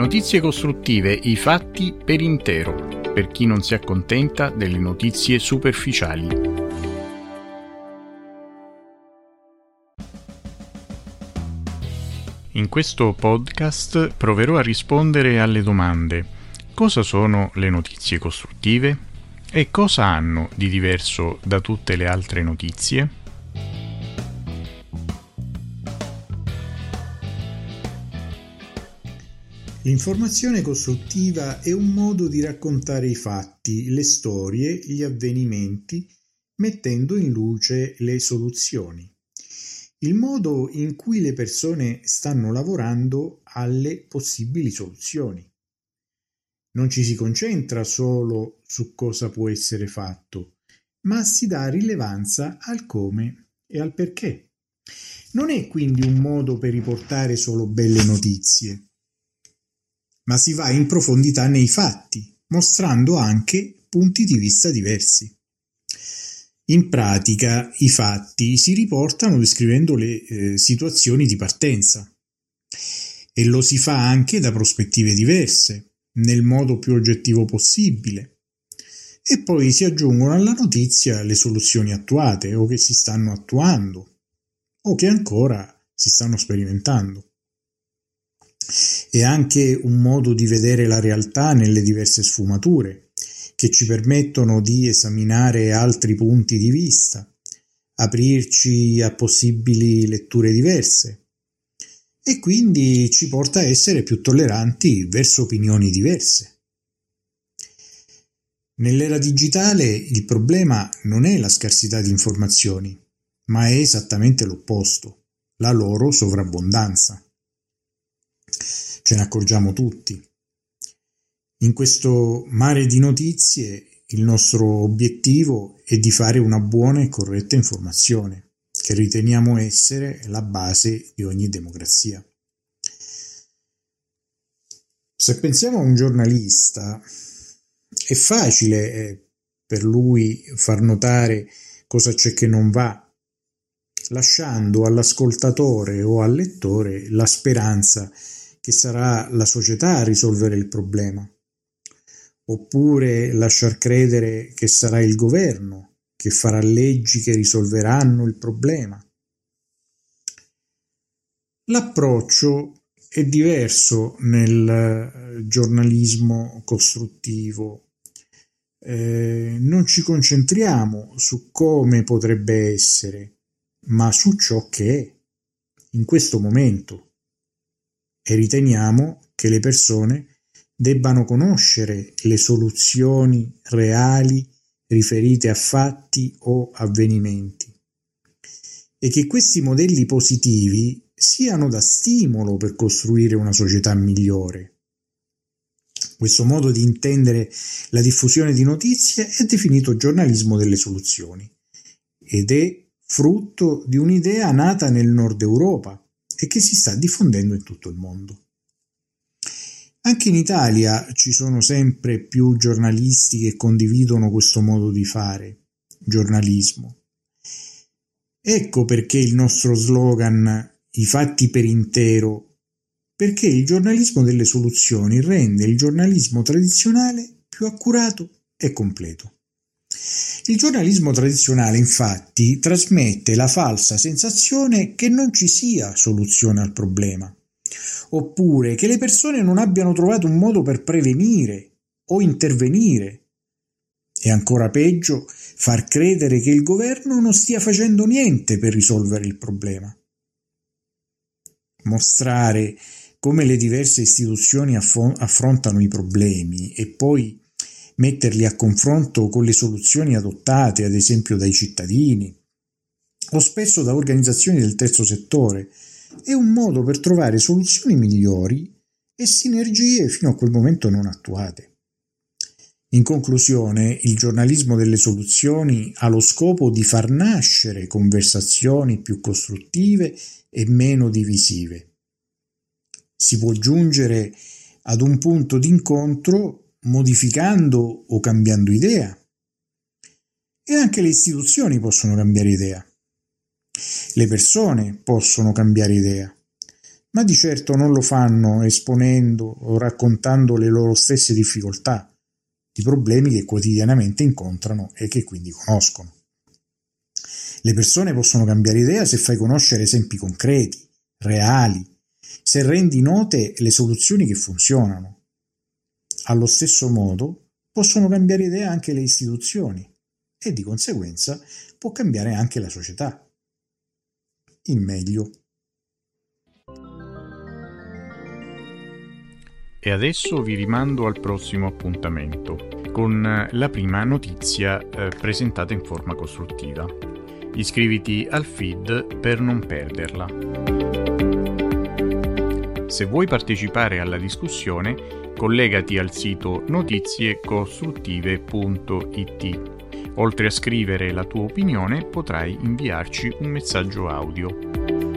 Notizie costruttive, i fatti per intero, per chi non si accontenta delle notizie superficiali. In questo podcast proverò a rispondere alle domande: cosa sono le notizie costruttive? E cosa hanno di diverso da tutte le altre notizie? L'informazione costruttiva è un modo di raccontare i fatti, le storie, gli avvenimenti, mettendo in luce le soluzioni. Il modo in cui le persone stanno lavorando alle possibili soluzioni. Non ci si concentra solo su cosa può essere fatto, ma si dà rilevanza al come e al perché. Non è quindi un modo per riportare solo belle notizie, ma si va in profondità nei fatti, mostrando anche punti di vista diversi. In pratica, i fatti si riportano descrivendo le situazioni di partenza e lo si fa anche da prospettive diverse, nel modo più oggettivo possibile. E poi si aggiungono alla notizia le soluzioni attuate o che si stanno attuando o che ancora si stanno sperimentando. È anche un modo di vedere la realtà nelle diverse sfumature, che ci permettono di esaminare altri punti di vista, aprirci a possibili letture diverse e quindi ci porta a essere più tolleranti verso opinioni diverse. Nell'era digitale il problema non è la scarsità di informazioni, ma è esattamente l'opposto, la loro sovrabbondanza. Ce ne accorgiamo tutti. In questo mare di notizie il nostro obiettivo è di fare una buona e corretta informazione, che riteniamo essere la base di ogni democrazia. Se pensiamo a un giornalista, è facile per lui far notare cosa c'è che non va, lasciando all'ascoltatore o al lettore la speranza che sarà la società a risolvere il problema, oppure lasciar credere che sarà il governo che farà leggi che risolveranno il problema. L'approccio è diverso nel giornalismo costruttivo. Non ci concentriamo su come potrebbe essere, ma su ciò che è in questo momento. E riteniamo che le persone debbano conoscere le soluzioni reali riferite a fatti o avvenimenti e che questi modelli positivi siano da stimolo per costruire una società migliore. Questo modo di intendere la diffusione di notizie è definito giornalismo delle soluzioni ed è frutto di un'idea nata nel Nord Europa e che si sta diffondendo in tutto il mondo. Anche in Italia ci sono sempre più giornalisti che condividono questo modo di fare giornalismo. Ecco perché il nostro slogan "I fatti per intero", perché il giornalismo delle soluzioni rende il giornalismo tradizionale più accurato e completo. Il giornalismo tradizionale, infatti, trasmette la falsa sensazione che non ci sia soluzione al problema, oppure che le persone non abbiano trovato un modo per prevenire o intervenire, e ancora peggio, far credere che il governo non stia facendo niente per risolvere il problema. Mostrare come le diverse istituzioni affrontano i problemi e poi metterli a confronto con le soluzioni adottate, ad esempio dai cittadini o spesso da organizzazioni del terzo settore, è un modo per trovare soluzioni migliori e sinergie fino a quel momento non attuate. In conclusione, il giornalismo delle soluzioni ha lo scopo di far nascere conversazioni più costruttive e meno divisive. Si può giungere ad un punto d'incontro modificando o cambiando idea. E anche le istituzioni possono cambiare idea. Le persone possono cambiare idea. ma di certo non lo fanno esponendo o raccontando le loro stesse difficoltà, di problemi che quotidianamente incontrano e che quindi conoscono. Le persone possono cambiare idea se fai conoscere esempi concreti, reali, se rendi note le soluzioni che funzionano. Allo stesso modo possono cambiare idea anche le istituzioni e di conseguenza può cambiare anche la società. In meglio. E adesso vi rimando al prossimo appuntamento con la prima notizia presentata in forma costruttiva. Iscriviti al feed per non perderla. Se vuoi partecipare alla discussione, collegati al sito notiziecostruttive.it. Oltre a scrivere la tua opinione, potrai inviarci un messaggio audio.